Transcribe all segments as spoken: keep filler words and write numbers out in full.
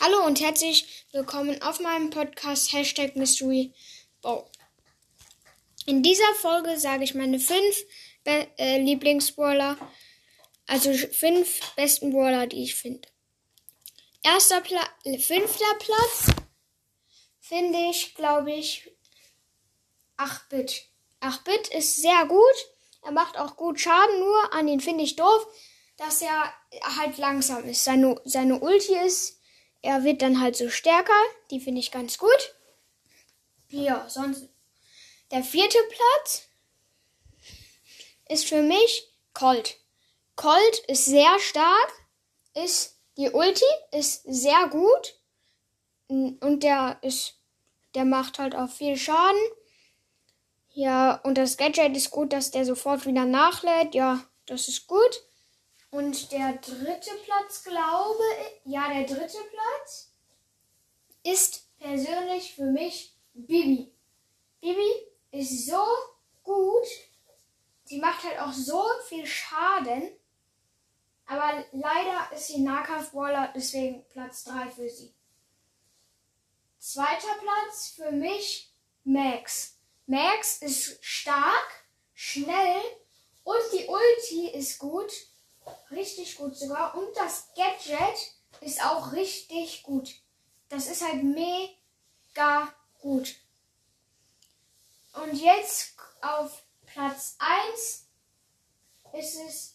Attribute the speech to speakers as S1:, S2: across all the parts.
S1: Hallo und herzlich willkommen auf meinem Podcast Hashtag Mystery Bow. In dieser Folge sage ich meine fünf Be- äh, Lieblingsbrawler, also fünf besten Brawler, die ich finde. Erster Platz, fünfter Platz finde ich, glaube ich, acht Bit. acht Bit ist sehr gut, er macht auch gut Schaden, nur an ihn finde ich doof, dass er halt langsam ist. Seine, seine Ulti ist, er wird dann halt so stärker. Die finde ich ganz gut. Ja, sonst der vierte Platz ist für mich Colt. Colt ist sehr stark, ist die Ulti ist sehr gut und der ist, der macht halt auch viel Schaden. Ja, und das Gadget ist gut, dass der sofort wieder nachlädt. Ja, das ist gut. Und der dritte Platz, glaube ich, ja, der dritte Platz ist persönlich für mich Bibi. Bibi ist so gut. Sie macht halt auch so viel Schaden. Aber leider ist sie Nahkampf-Brawler, deswegen Platz drei für sie. Zweiter Platz für mich Max. Max ist stark, schnell und die Ulti ist gut. Richtig gut sogar. Und das Gadget ist auch richtig gut. Das ist halt mega gut. Und jetzt auf Platz eins ist es...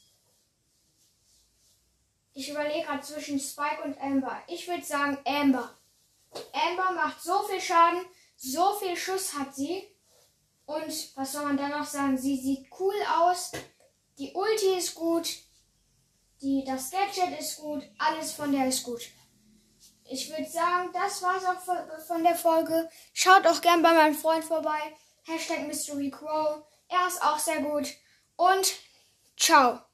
S1: Ich überlege gerade zwischen Spike und Amber. Ich würde sagen Amber. Amber macht so viel Schaden, so viel Schuss hat sie. Und was soll man da noch sagen? Sie sieht cool aus. Die Ulti ist gut. Die, das Gadget ist gut, alles von der ist gut. Ich würde sagen, das war's auch von, von der Folge. Schaut auch gern bei meinem Freund vorbei. Hashtag Mystery Crow. Er ist auch sehr gut. Und ciao.